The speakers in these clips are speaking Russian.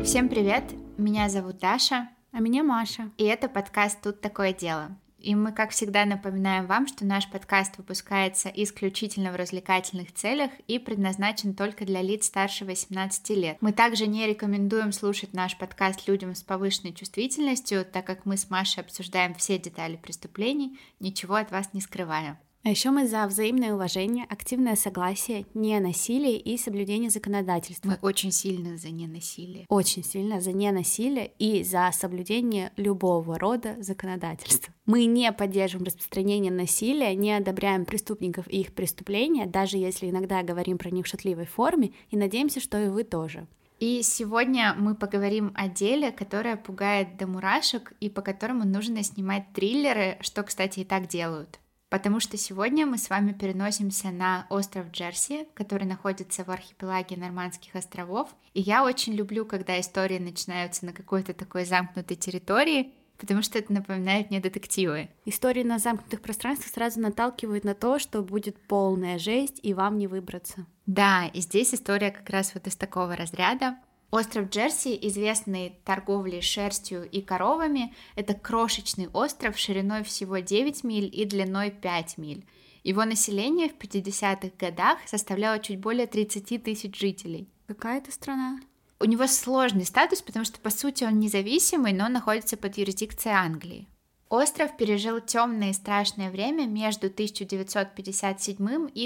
Всем привет, меня зовут Даша. А меня Маша. И это подкаст «Тут такое дело». И мы, как всегда, напоминаем вам, что наш подкаст выпускается исключительно в развлекательных целях и предназначен только для лиц старше 18 лет. Мы также не рекомендуем слушать наш подкаст людям с повышенной чувствительностью, так как мы с Машей обсуждаем все детали преступлений, ничего от вас не скрывая. А еще мы за взаимное уважение, активное согласие, ненасилие и соблюдение законодательства. Мы очень сильно за ненасилие. Очень сильно за ненасилие и за соблюдение любого рода законодательства. Мы не поддерживаем распространение насилия, не одобряем преступников и их преступления, даже если иногда говорим про них в шутливой форме, и надеемся, что и вы тоже. И сегодня мы поговорим о деле, которое пугает до мурашек и по которому нужно снимать триллеры, что, кстати, и так делают. Потому что сегодня мы с вами переносимся на остров Джерси, который находится в архипелаге Нормандских островов. И я очень люблю, когда истории начинаются на какой-то такой замкнутой территории, потому что это напоминает мне детективы. Истории на замкнутых пространствах сразу наталкивают на то, что будет полная жесть, и вам не выбраться. Да, и здесь история как раз вот из такого разряда. Остров Джерси, известный торговлей шерстью и коровами, это крошечный остров шириной всего 9 миль и длиной 5 миль. Его население в 50-х годах составляло чуть более 30 тысяч жителей. Какая это страна? У него сложный статус, потому что, по сути, он независимый, но находится под юрисдикцией Англии. Остров пережил темное и страшное время между 1957 и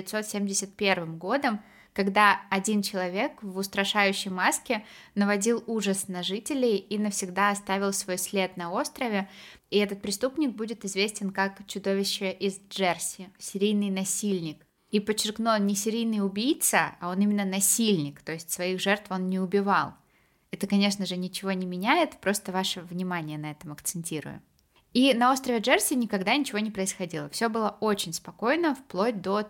1971 годом, когда один человек в устрашающей маске наводил ужас на жителей и навсегда оставил свой след на острове, и этот преступник будет известен как чудовище из Джерси, серийный насильник. И подчеркну, он не серийный убийца, а он именно насильник, то есть своих жертв он не убивал. Это, конечно же, ничего не меняет, просто ваше внимание на этом акцентирую. И на острове Джерси никогда ничего не происходило, все было очень спокойно, вплоть до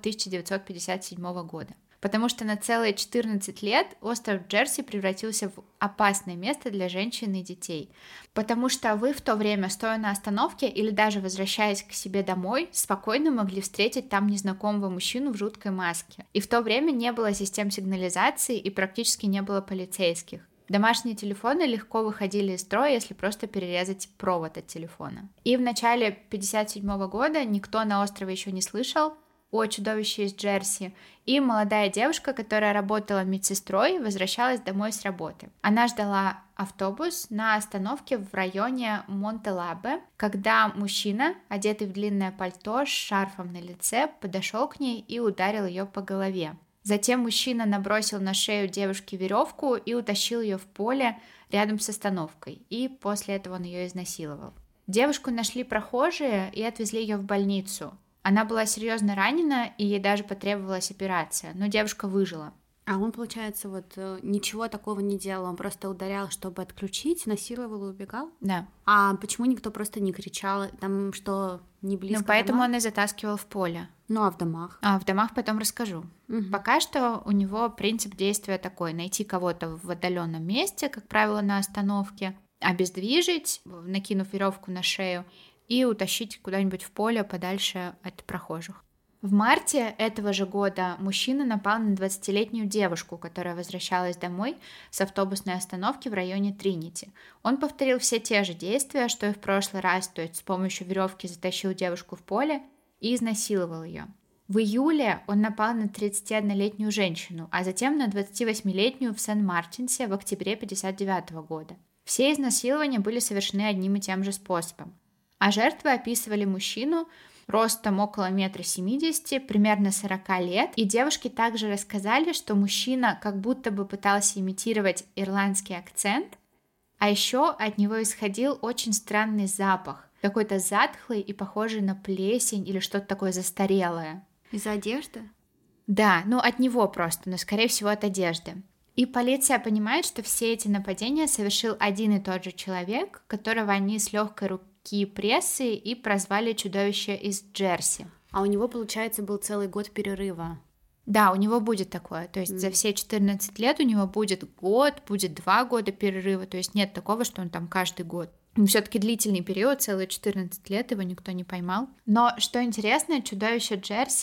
1957 года. Потому что на целые 14 лет остров Джерси превратился в опасное место для женщин и детей. Потому что вы в то время, стоя на остановке или даже возвращаясь к себе домой, спокойно могли встретить там незнакомого мужчину в жуткой маске. И в то время не было систем сигнализации и практически не было полицейских. Домашние телефоны легко выходили из строя, если просто перерезать провод от телефона. И в начале 1957 года никто на острове еще не слышал о чудовище из Джерси, и молодая девушка, которая работала медсестрой, возвращалась домой с работы. Она ждала автобус на остановке в районе Монтелабе, когда мужчина, одетый в длинное пальто с шарфом на лице, подошел к ней и ударил ее по голове. Затем мужчина набросил на шею девушки веревку и утащил ее в поле рядом с остановкой, и после этого он ее изнасиловал. Девушку нашли прохожие и отвезли ее в больницу. Она была серьезно ранена, и ей даже потребовалась операция, но девушка выжила. А он, получается, ничего такого не делал, он просто ударял, чтобы отключить, насиловал и убегал? Да. А почему никто просто не кричал? Там что, не близко? Ну, поэтому он и затаскивал в поле. Ну, а в домах? А в домах потом расскажу. Пока что у него принцип действия такой: найти кого-то в отдаленном месте, как правило, на остановке, обездвижить, накинув веревку на шею, и утащить куда-нибудь в поле подальше от прохожих. В марте этого же года мужчина напал на 20-летнюю девушку, которая возвращалась домой с автобусной остановки в районе Тринити. Он повторил все те же действия, что и в прошлый раз, то есть с помощью веревки затащил девушку в поле и изнасиловал ее. В июле он напал на 31-летнюю женщину, а затем на 28-летнюю в Сен-Мартинсе в октябре 1959 года. Все изнасилования были совершены одним и тем же способом. А жертвы описывали мужчину ростом около 1,70 м, примерно 40 лет, и девушки также рассказали, что мужчина как будто бы пытался имитировать ирландский акцент, а еще от него исходил очень странный запах, какой-то затхлый и похожий на плесень или что-то такое застарелое. Из-за одежды? Да, от него просто, но скорее всего от одежды. И полиция понимает, что все эти нападения совершил один и тот же человек, которого они с легкой руки прессы и прозвали чудовище из Джерси. А у него, получается, был целый год перерыва. Да, у него будет такое. То есть за все 14 лет у него будет год, будет 2 года перерыва. То есть нет такого, что он там каждый год. Все-таки длительный период, целые 14 лет, его никто не поймал. Но что интересно, чудовище Джерси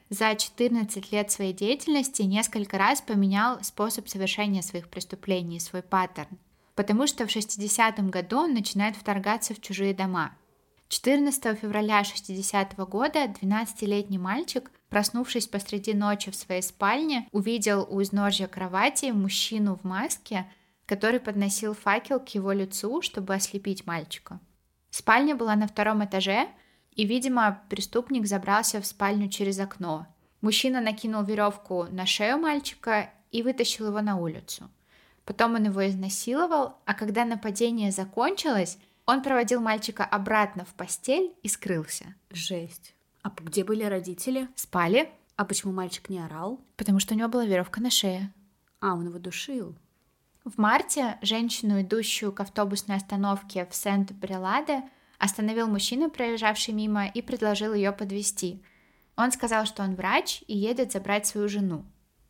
за 14 лет своей деятельности несколько раз поменял способ совершения своих преступлений, свой паттерн, потому что в 60-м году он начинает вторгаться в чужие дома. 14 февраля 60-го года 12-летний мальчик, проснувшись посреди ночи в своей спальне, увидел у изножья кровати мужчину в маске, который подносил факел к его лицу, чтобы ослепить мальчика. Спальня была на 2-м этаже, и, видимо, преступник забрался в спальню через окно. Мужчина накинул веревку на шею мальчика и вытащил его на улицу. Потом он его изнасиловал, а когда нападение закончилось, он проводил мальчика обратно в постель и скрылся. Жесть. А где были родители? Спали. А почему мальчик не орал? Потому что у него была веревка на шее. А, он его душил. В марте женщину, идущую к автобусной остановке в Сент-Бреладе, остановил мужчина, проезжавший мимо, и предложил ее подвезти. Он сказал, что он врач и едет забрать свою жену.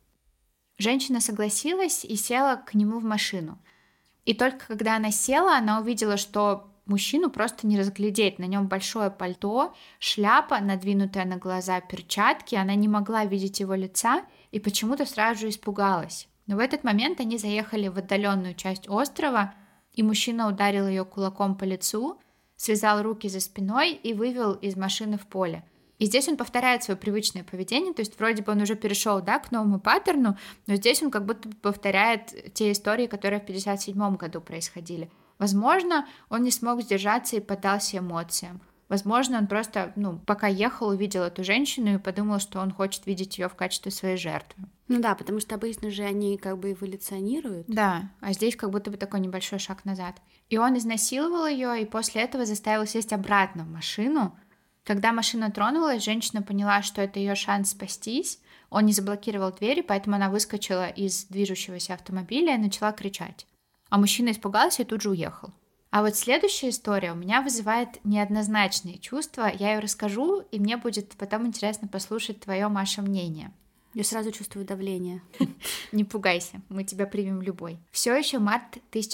Женщина согласилась и села к нему в машину. И только когда она села, она увидела, что мужчину просто не разглядеть. На нем большое пальто, шляпа, надвинутая на глаза, перчатки. Она не могла видеть его лица и почему-то сразу же испугалась. Но в этот момент они заехали в отдаленную часть острова, и мужчина ударил ее кулаком по лицу, связал руки за спиной и вывел из машины в поле. И здесь он повторяет свое привычное поведение, то есть вроде бы он уже перешел, да, к новому паттерну, но здесь он как будто бы повторяет те истории, которые в 1957 году происходили. Возможно, он не смог сдержаться и поддался эмоциям. Возможно, он просто, пока ехал, увидел эту женщину и подумал, что он хочет видеть ее в качестве своей жертвы. Ну да, потому что обычно же они как бы эволюционируют. Да, а здесь как будто бы такой небольшой шаг назад. И он изнасиловал ее, и после этого заставил сесть обратно в машину. Когда машина тронулась, женщина поняла, что это ее шанс спастись. Он не заблокировал двери, поэтому она выскочила из движущегося автомобиля и начала кричать. А мужчина испугался и тут же уехал. А вот следующая история у меня вызывает неоднозначные чувства. Я ее расскажу, и мне будет потом интересно послушать твое, Маша, мнение. Я сразу чувствую давление. Не пугайся, мы тебя примем любой. Все еще март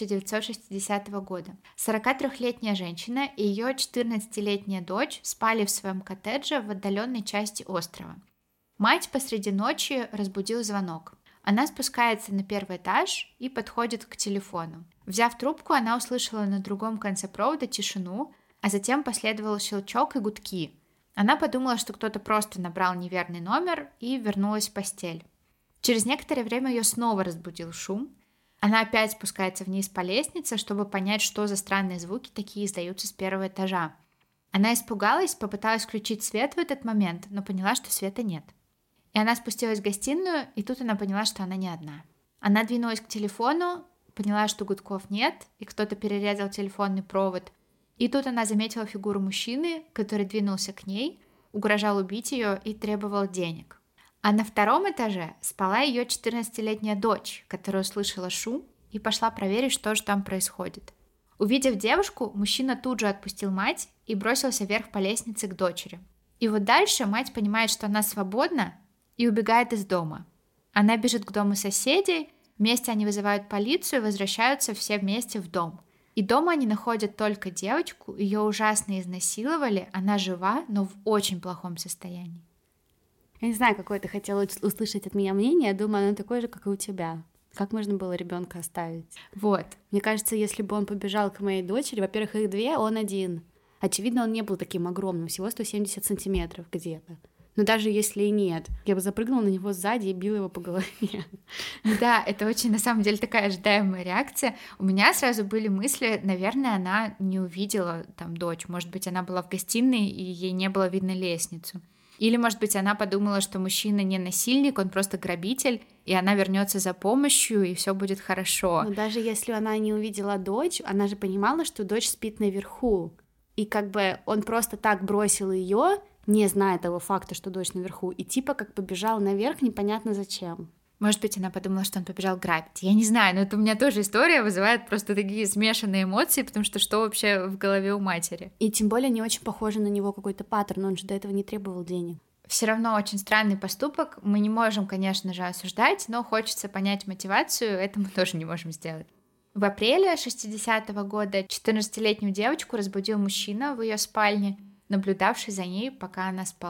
1960 года. 43-летняя женщина и ее 14-летняя дочь спали в своем коттедже в отдаленной части острова. Мать посреди ночи разбудил звонок. Она спускается на 1-й этаж и подходит к телефону. Взяв трубку, она услышала на другом конце провода тишину, а затем последовал щелчок и гудки. Она подумала, что кто-то просто набрал неверный номер и вернулась в постель. Через некоторое время ее снова разбудил шум. Она опять спускается вниз по лестнице, чтобы понять, что за странные звуки такие издаются с 1-го этажа. Она испугалась, попыталась включить свет в этот момент, но поняла, что света нет. И она спустилась в гостиную, и тут она поняла, что она не одна. Она двинулась к телефону, поняла, что гудков нет, и кто-то перерезал телефонный провод. И тут она заметила фигуру мужчины, который двинулся к ней, угрожал убить ее и требовал денег. А на 2-м этаже спала ее 14-летняя дочь, которая услышала шум и пошла проверить, что же там происходит. Увидев девушку, мужчина тут же отпустил мать и бросился вверх по лестнице к дочери. И вот дальше мать понимает, что она свободна, и убегает из дома. Она бежит к дому соседей, вместе они вызывают полицию и возвращаются все вместе в дом. И дома они находят только девочку, ее ужасно изнасиловали, она жива, но в очень плохом состоянии. Я не знаю, какое ты хотела услышать от меня мнение, я думаю, оно такое же, как и у тебя. Как можно было ребенка оставить? Вот. Мне кажется, если бы он побежал к моей дочери, во-первых, их 2, он один. Очевидно, он не был таким огромным, всего 170 сантиметров где-то. Но даже если и нет, я бы запрыгнула на него сзади и била его по голове. Да, это очень, на самом деле, такая ожидаемая реакция. У меня сразу были мысли, наверное, она не увидела там дочь. Может быть, она была в гостиной, и ей не было видно лестницу. Или, может быть, она подумала, что мужчина не насильник, он просто грабитель, и она вернется за помощью, и все будет хорошо. Но даже если она не увидела дочь, она же понимала, что дочь спит наверху. И как бы он просто так бросил ее, не зная того факта, что дочь наверху, и типа как побежал наверх, непонятно зачем. Может быть, она подумала, что он побежал грабить. Я не знаю, но это у меня тоже история вызывает просто такие смешанные эмоции, потому что вообще в голове у матери? И тем более не очень похоже на него какой-то паттерн, он же до этого не требовал денег. Все равно очень странный поступок. Мы не можем, конечно же, осуждать, но хочется понять мотивацию, это мы тоже не можем сделать. В апреле 60-го года 14-летнюю девочку разбудил мужчина в ее спальне, наблюдавший за ней, пока она спала.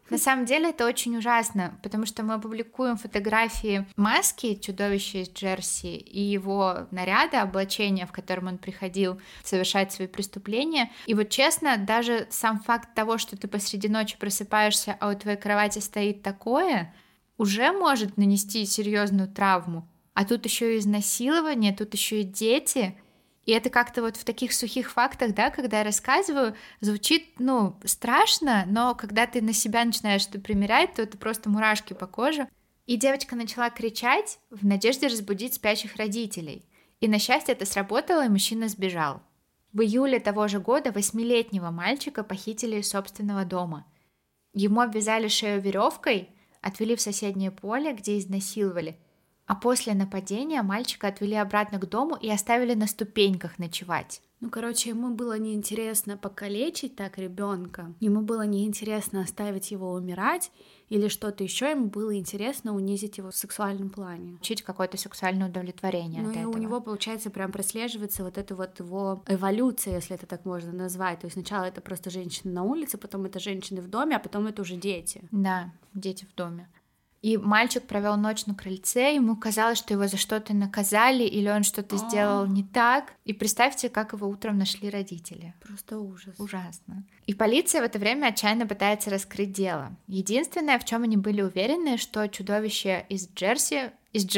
На самом деле это очень ужасно, потому что мы опубликуем фотографии маски чудовища из Джерси и его наряда, облачения, в котором он приходил совершать свои преступления. И вот честно, даже сам факт того, что ты посреди ночи просыпаешься, а у твоей кровати стоит такое, уже может нанести серьезную травму. А тут еще и изнасилование, тут еще и дети. И это как-то вот в таких сухих фактах, да, когда я рассказываю, звучит, страшно, но когда ты на себя начинаешь это примерять, то это просто мурашки по коже. И девочка начала кричать в надежде разбудить спящих родителей. И на счастье это сработало, и мужчина сбежал. В июле того же года 8-летнего мальчика похитили из собственного дома. Ему обвязали шею веревкой, отвели в соседнее поле, где изнасиловали. А после нападения мальчика отвели обратно к дому и оставили на ступеньках ночевать. Ему было неинтересно покалечить так ребенка, ему было неинтересно оставить его умирать или что-то еще, ему было интересно унизить его в сексуальном плане. Получить какое-то сексуальное удовлетворение от этого. У него, получается, прям прослеживается вот эта вот его эволюция, если это так можно назвать. То есть сначала это просто женщины на улице, потом это женщины в доме, а потом это уже дети. Да, дети в доме. И мальчик провел ночь на крыльце, ему казалось, что его за что-то наказали, или он что-то сделал не так. И представьте, как его утром нашли родители. Просто ужас. Ужасно. И полиция в это время отчаянно пытается раскрыть дело. Единственное, в чем они были уверены, что чудовище из Джерси,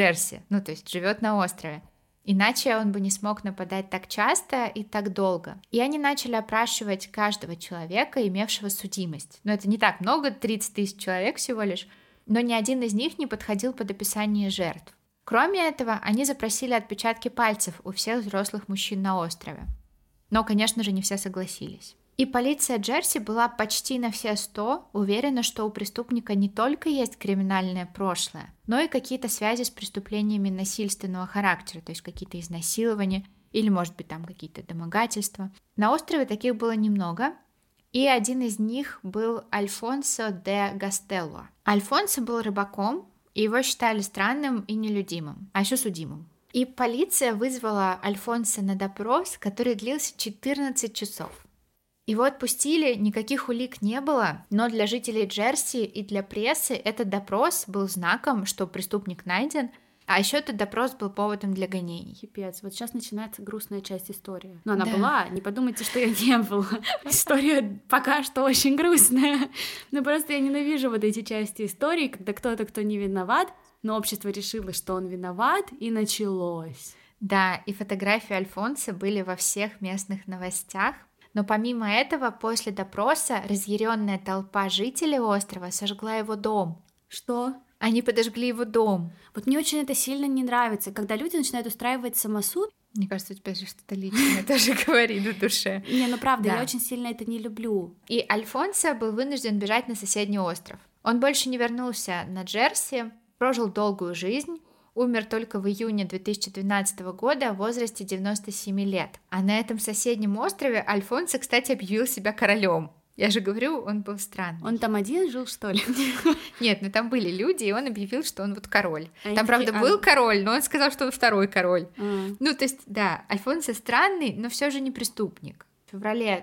то есть живет на острове. Иначе он бы не смог нападать так часто и так долго. И они начали опрашивать каждого человека, имевшего судимость. Но это не так много, 30 тысяч человек всего лишь. Но ни один из них не подходил под описание жертв. Кроме этого, они запросили отпечатки пальцев у всех взрослых мужчин на острове. Но, конечно же, не все согласились. И полиция Джерси была почти на все 100 уверена, что у преступника не только есть криминальное прошлое, но и какие-то связи с преступлениями насильственного характера, то есть какие-то изнасилования или, может быть, там какие-то домогательства. На острове таких было немного, и один из них был Альфонсо де Гастелло. Альфонсо был рыбаком, и его считали странным и нелюдимым, а еще судимым. И полиция вызвала Альфонсо на допрос, который длился 14 часов. Его отпустили, никаких улик не было, но для жителей Джерси и для прессы этот допрос был знаком, что преступник найден, а еще этот допрос был поводом для гонений. Пипец, вот сейчас начинается грустная часть истории. Но она была, не подумайте, что ее не было. История пока что очень грустная. Но просто я ненавижу вот эти части истории, когда кто не виноват, но общество решило, что он виноват, и началось. Да, и фотографии Альфонсо были во всех местных новостях. Но помимо этого, после допроса разъяренная толпа жителей острова сожгла его дом. Что? Они подожгли его дом. Вот мне очень это сильно не нравится, когда люди начинают устраивать самосуд. Мне кажется, у тебя же что-то личное тоже говорит в душе. Не, правда, я очень сильно это не люблю. И Альфонсо был вынужден бежать на соседний остров. Он больше не вернулся на Джерси, прожил долгую жизнь, умер только в июне 2012 года в возрасте 97 лет. А на этом соседнем острове Альфонсо, кстати, объявил себя королем. Я же говорю, он был странный. Он там один жил, что ли? Нет, там были люди, и он объявил, что он вот король. Там, правда, был король, но он сказал, что он второй король. То есть, да, Альфонсо странный, но все же не преступник. В феврале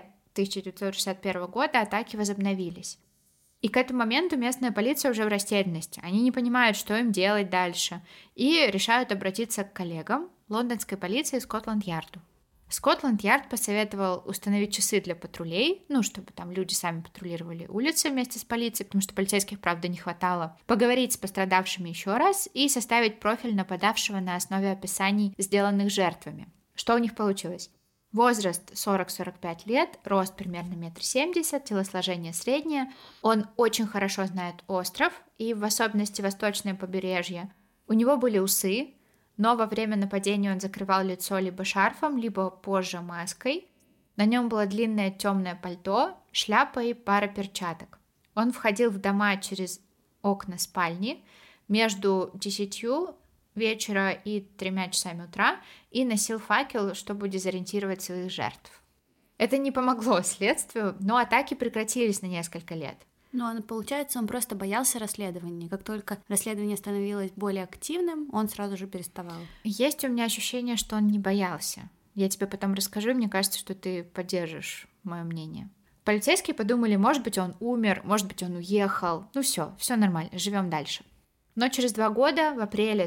1961 года атаки возобновились. И к этому моменту местная полиция уже в растерянности. Они не понимают, что им делать дальше, и решают обратиться к коллегам лондонской полиции Скотланд-Ярду. Скотланд-Ярд посоветовал установить часы для патрулей, чтобы там люди сами патрулировали улицы вместе с полицией, потому что полицейских, правда, не хватало, поговорить с пострадавшими еще раз и составить профиль нападавшего на основе описаний, сделанных жертвами. Что у них получилось? Возраст 40-45 лет, рост примерно 1,70 м, телосложение среднее. Он очень хорошо знает остров и в особенности восточное побережье. У него были усы, но во время нападения он закрывал лицо либо шарфом, либо позже маской. На нем было длинное темное пальто, шляпа и пара перчаток. Он входил в дома через окна спальни между 10 вечера и 3 часами утра и носил факел, чтобы дезориентировать своих жертв. Это не помогло следствию, но атаки прекратились на несколько лет. Но получается, он просто боялся расследования. Как только расследование становилось более активным, он сразу же переставал. Есть у меня ощущение, что он не боялся. Я тебе потом расскажу, мне кажется, что ты поддержишь мое мнение. Полицейские подумали, может быть, он умер, может быть, он уехал. Ну все нормально, живем дальше. Но через 2 года, в апреле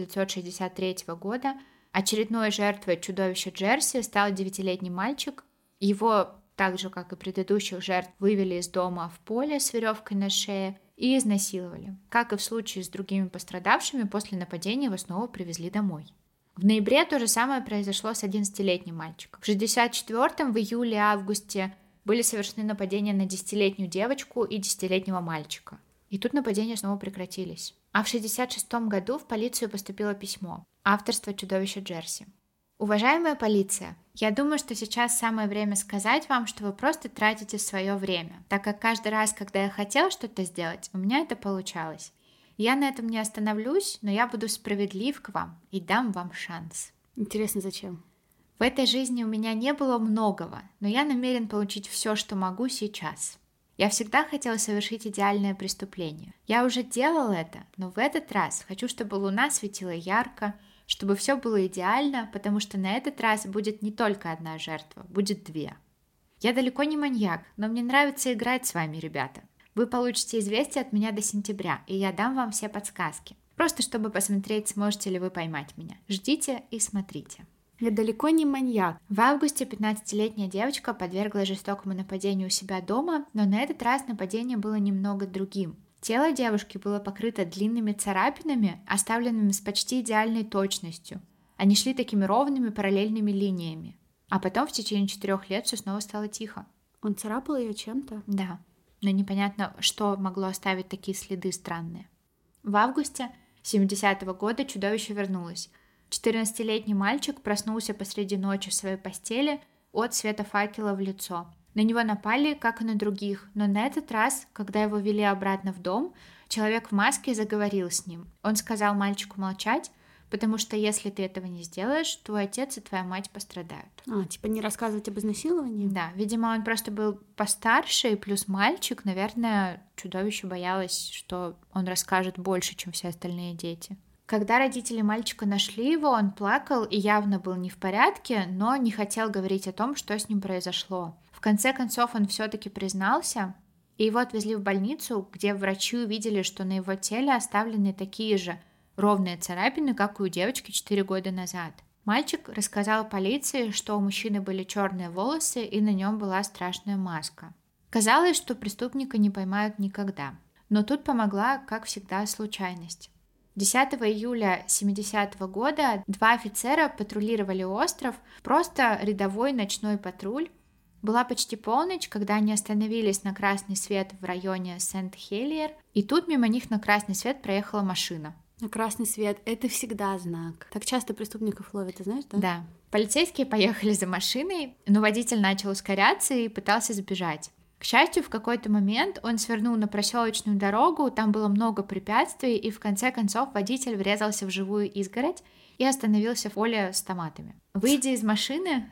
1963 года, очередной жертвой чудовища Джерси стал 9-летний мальчик. Его, так же как и предыдущих жертв, вывели из дома в поле с веревкой на шее и изнасиловали. Как и в случае с другими пострадавшими, после нападения его снова привезли домой. В ноябре то же самое произошло с 11-летним мальчиком. В 1964-м, в июле-августе были совершены нападения на 10-летнюю девочку и 10-летнего мальчика. И тут нападения снова прекратились. А в 1966 году в полицию поступило письмо. Авторство чудовища Джерси. Уважаемая полиция, я думаю, что сейчас самое время сказать вам, что вы просто тратите свое время, так как каждый раз, когда я хотела что-то сделать, у меня это получалось. Я на этом не остановлюсь, но я буду справедлив к вам и дам вам шанс. Интересно, зачем? В этой жизни у меня не было многого, но я намерен получить все, что могу сейчас. Я всегда хотела совершить идеальное преступление. Я уже делал это, но в этот раз хочу, чтобы луна светила ярко, чтобы все было идеально, потому что на этот раз будет не только одна жертва, будет 2. Я далеко не маньяк, но мне нравится играть с вами, ребята. Вы получите известие от меня до сентября, и я дам вам все подсказки. Просто чтобы посмотреть, сможете ли вы поймать меня. Ждите и смотрите. Я далеко не маньяк. В августе 15-летняя девочка подверглась жестокому нападению у себя дома, но на этот раз нападение было немного другим. Тело девушки было покрыто длинными царапинами, оставленными с почти идеальной точностью. Они шли такими ровными параллельными линиями. А потом в течение 4 лет все снова стало тихо. Он царапал ее чем-то? Да, но непонятно, что могло оставить такие следы странные. В августе 70-го года чудовище вернулось. 14-летний мальчик проснулся посреди ночи в своей постели от света факела в лицо. На него напали, как и на других, но на этот раз, когда его вели обратно в дом, человек в маске заговорил с ним. Он сказал мальчику молчать, потому что если ты этого не сделаешь, твой отец и твоя мать пострадают. Типа не рассказывать об изнасиловании? Да, видимо, он просто был постарше, и плюс мальчик, наверное, чудовище боялось, что он расскажет больше, чем все остальные дети. Когда родители мальчика нашли его, он плакал и явно был не в порядке, но не хотел говорить о том, что с ним произошло. В конце концов, он все-таки признался, и его отвезли в больницу, где врачи увидели, что на его теле оставлены такие же ровные царапины, как и у девочки 4 года назад. Мальчик рассказал полиции, что у мужчины были черные волосы и на нем была страшная маска. Казалось, что преступника не поймают никогда, но тут помогла, как всегда, случайность. 10 июля 70-го года 2 офицера патрулировали остров, просто рядовой ночной патруль. Была почти полночь, когда они остановились на красный свет в районе Сент-Хелиер, и тут мимо них на красный свет проехала машина. На красный свет — это всегда знак. Так часто преступников ловят, ты знаешь, да? Да. Полицейские поехали за машиной, но водитель начал ускоряться и пытался сбежать. К счастью, в какой-то момент он свернул на проселочную дорогу, там было много препятствий, и в конце концов водитель врезался в живую изгородь и остановился в поле с томатами. Выйдя из машины...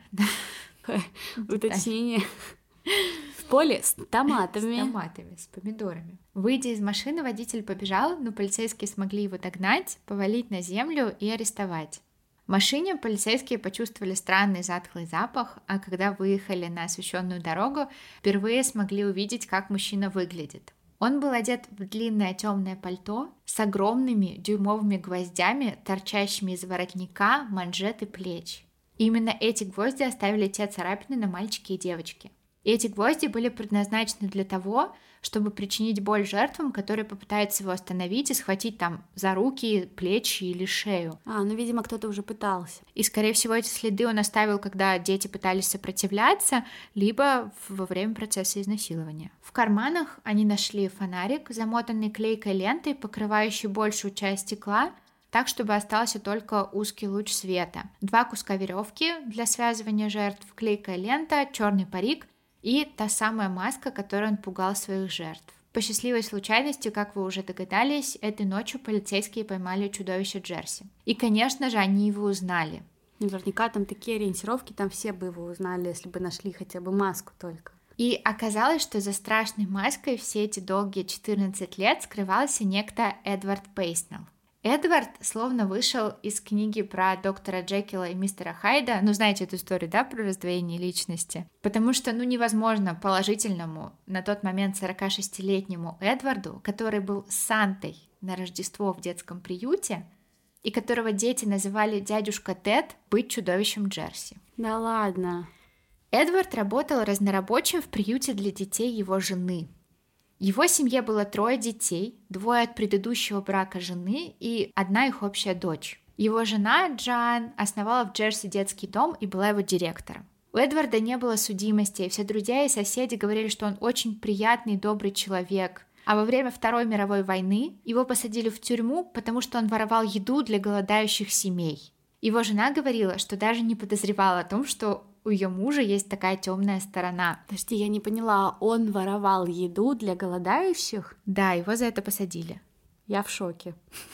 Уточнение. В поле с томатами. С томатами, с помидорами. Выйдя из машины, водитель побежал, но полицейские смогли его догнать, повалить на землю и арестовать. В машине полицейские почувствовали странный затхлый запах, а когда выехали на освещенную дорогу, впервые смогли увидеть, как мужчина выглядит. Он был одет в длинное темное пальто с огромными дюймовыми гвоздями, торчащими из воротника, манжет и плеч. И именно эти гвозди оставили те царапины на мальчике и девочке. И эти гвозди были предназначены для того, чтобы причинить боль жертвам, которые попытаются его остановить и схватить там за руки, плечи или шею. Видимо, кто-то уже пытался. И, скорее всего, эти следы он оставил, когда дети пытались сопротивляться, либо во время процесса изнасилования. В карманах они нашли фонарик, замотанный клейкой лентой, покрывающий большую часть стекла, так, чтобы остался только узкий луч света. 2 куска веревки для связывания жертв, клейкая лента, черный парик и та самая маска, которой он пугал своих жертв. По счастливой случайности, как вы уже догадались, этой ночью полицейские поймали чудовище Джерси. И, конечно же, они его узнали. Наверняка там такие ориентировки, там все бы его узнали, если бы нашли хотя бы маску только. И оказалось, что за страшной маской все эти долгие 14 лет скрывался некто Эдвард Пейснелл. Эдвард словно вышел из книги про доктора Джекила и мистера Хайда. Ну, знаете эту историю, да, про раздвоение личности? Потому что, невозможно положительному на тот момент 46-летнему Эдварду, который был Сантой на Рождество в детском приюте, и которого дети называли дядюшка Тед, быть чудовищем Джерси. Да ладно. Эдвард работал разнорабочим в приюте для детей его жены. В его семье было 3 детей, 2 от предыдущего брака жены и 1 их общая дочь. Его жена Джоан основала в Джерси детский дом и была его директором. У Эдварда не было судимости, и все друзья и соседи говорили, что он очень приятный и добрый человек. А во время Второй мировой войны его посадили в тюрьму, потому что он воровал еду для голодающих семей. Его жена говорила, что даже не подозревала о том, что у ее мужа есть такая темная сторона. Подожди, я не поняла, он воровал еду для голодающих? Да, его за это посадили. Я в шоке.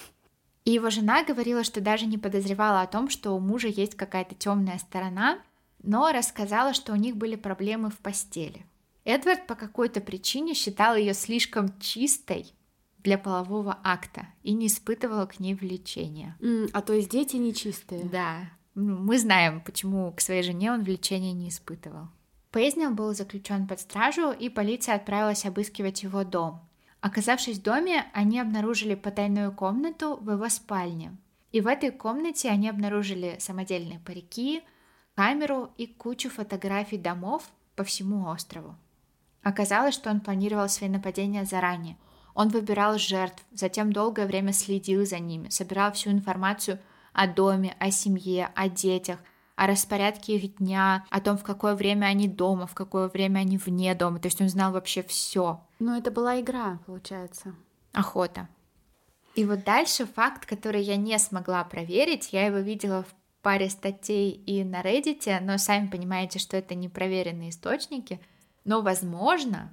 И его жена говорила, что даже не подозревала о том, что у мужа есть какая-то темная сторона, но рассказала, что у них были проблемы в постели. Эдвард по какой-то причине считал ее слишком чистой для полового акта и не испытывал к ней влечения. А то есть дети нечистые? Да. Мы знаем, почему к своей жене он влечения не испытывал. Пейзнелл был заключен под стражу, и полиция отправилась обыскивать его дом. Оказавшись в доме, они обнаружили потайную комнату в его спальне. И в этой комнате они обнаружили самодельные парики, камеру и кучу фотографий домов по всему острову. Оказалось, что он планировал свои нападения заранее. Он выбирал жертв, затем долгое время следил за ними, собирал всю информацию о доме, о семье, о детях, о распорядке их дня, о том, в какое время они дома, в какое время они вне дома. То есть он знал вообще все. Ну, это была игра, получается. Охота. И вот дальше факт, который я не смогла проверить, я его видела в паре статей и на Reddit, но сами понимаете, что это непроверенные источники. Но возможно,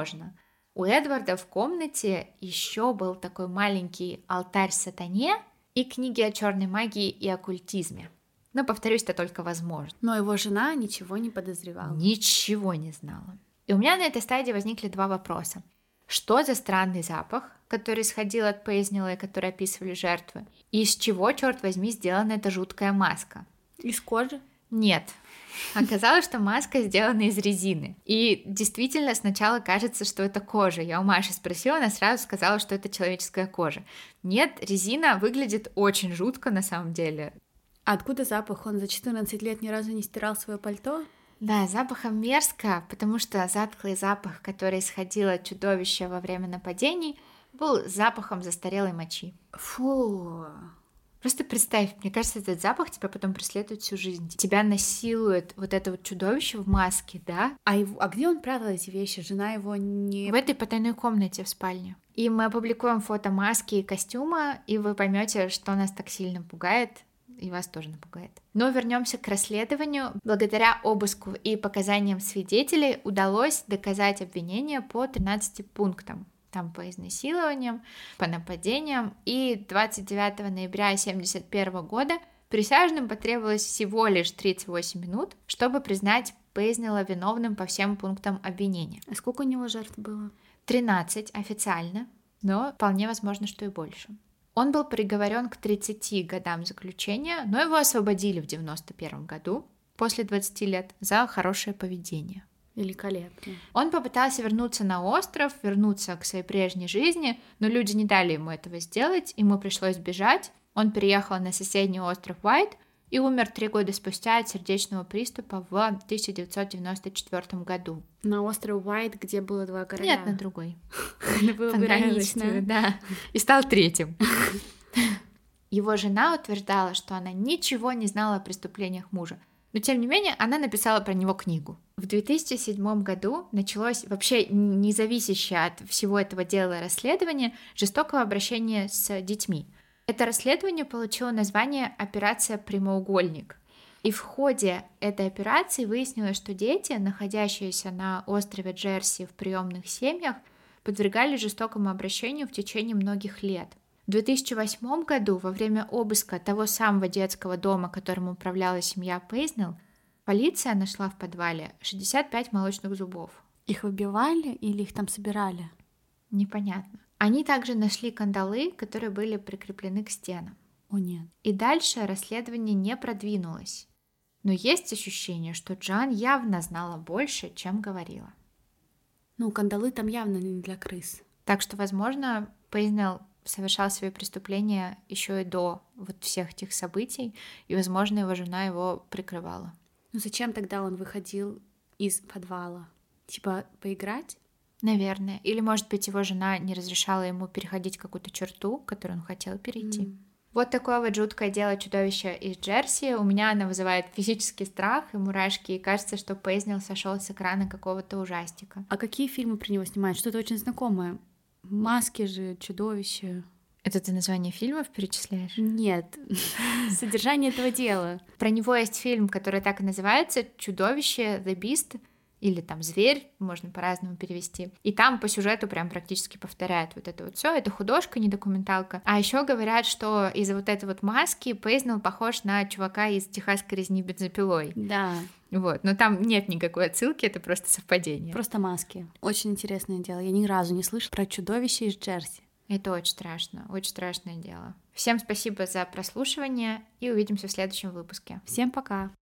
у Эдварда в комнате еще был такой маленький алтарь сатане и книги о черной магии и оккультизме. Но, повторюсь, это только возможно. Но его жена ничего не подозревала. Ничего не знала. И у меня на этой стадии возникли 2 вопроса. Что за странный запах, который исходил от Пейзнелла и который описывали жертвы? И из чего, черт возьми, сделана эта жуткая маска? Из кожи? Нет. Оказалось, что маска сделана из резины. И действительно сначала кажется, что это кожа. Я у Маши спросила, она сразу сказала, что это человеческая кожа. Нет, резина выглядит очень жутко на самом деле. А откуда запах? Он за 14 лет ни разу не стирал свое пальто? Да, запахом мерзко, потому что затхлый запах, который исходил от чудовища во время нападений, был запахом застарелой мочи. Фу. Просто представь, мне кажется, этот запах тебя потом преследует всю жизнь. Тебя насилует вот это вот чудовище в маске, да? А где он прятал эти вещи? Жена его не... В этой потайной комнате в спальне. И мы опубликуем фото маски и костюма, и вы поймете, что нас так сильно пугает, и вас тоже напугает. Но вернемся к расследованию. Благодаря обыску и показаниям свидетелей удалось доказать обвинение по 13 пунктам. Там по изнасилованиям, по нападениям. И 29 ноября 1971 года присяжным потребовалось всего лишь 38 минут, чтобы признать Пейзнелла виновным по всем пунктам обвинения. А сколько у него жертв было? 13 официально, но вполне возможно, что и больше. Он был приговорен к 30 годам заключения, но его освободили в 1991 году, после 20 лет, за хорошее поведение. Великолепно. Он попытался вернуться на остров, вернуться к своей прежней жизни, но люди не дали ему этого сделать, ему пришлось бежать. Он переехал на соседний остров Уайт и умер 3 года спустя от сердечного приступа в 1994 году. На острове Уайт, где было 2 короля? Нет, на другой. Это было бы иронично. Да. И стал 3-м. Его жена утверждала, что она ничего не знала о преступлениях мужа, но тем не менее она написала про него книгу. В 2007 году началось вообще независящее от всего этого дела расследование жестокого обращения с детьми. Это расследование получило название «Операция Прямоугольник». И в ходе этой операции выяснилось, что дети, находящиеся на острове Джерси в приемных семьях, подвергались жестокому обращению в течение многих лет. В 2008 году, во время обыска того самого детского дома, которым управляла семья Пейзнелл, полиция нашла в подвале 65 молочных зубов. Их выбивали или их там собирали? Непонятно. Они также нашли кандалы, которые были прикреплены к стенам. О нет. И дальше расследование не продвинулось. Но есть ощущение, что Джоан явно знала больше, чем говорила. Ну, кандалы там явно не для крыс. Так что, возможно, Пейзнелл совершал свои преступления еще и до вот всех этих событий, и, возможно, его жена его прикрывала. Ну зачем тогда он выходил из подвала? Типа поиграть? Наверное. Или, может быть, его жена не разрешала ему переходить какую-то черту, которую он хотел перейти. Вот такое вот жуткое дело чудовища из Джерси. У меня оно вызывает физический страх и мурашки, и кажется, что Пейзнелл сошел с экрана какого-то ужастика. А какие фильмы про него снимают? Что-то очень знакомое. Маски же, чудовища. Это ты название фильмов перечисляешь? Нет, содержание этого дела. Про него есть фильм, который так и называется «Чудовище», «The Beast», или там «Зверь», можно по-разному перевести. И там по сюжету прям практически повторяют вот это вот все. Это художка, не документалка. А еще говорят, что из-за вот этой вот маски Пейзнелл похож на чувака из «Техасской резни бензопилой». Да. Вот, но там нет никакой отсылки, это просто совпадение. Просто маски. Очень интересное дело. Я ни разу не слышала про чудовище из Джерси. Это очень страшное дело. Всем спасибо за прослушивание и увидимся в следующем выпуске. Всем пока!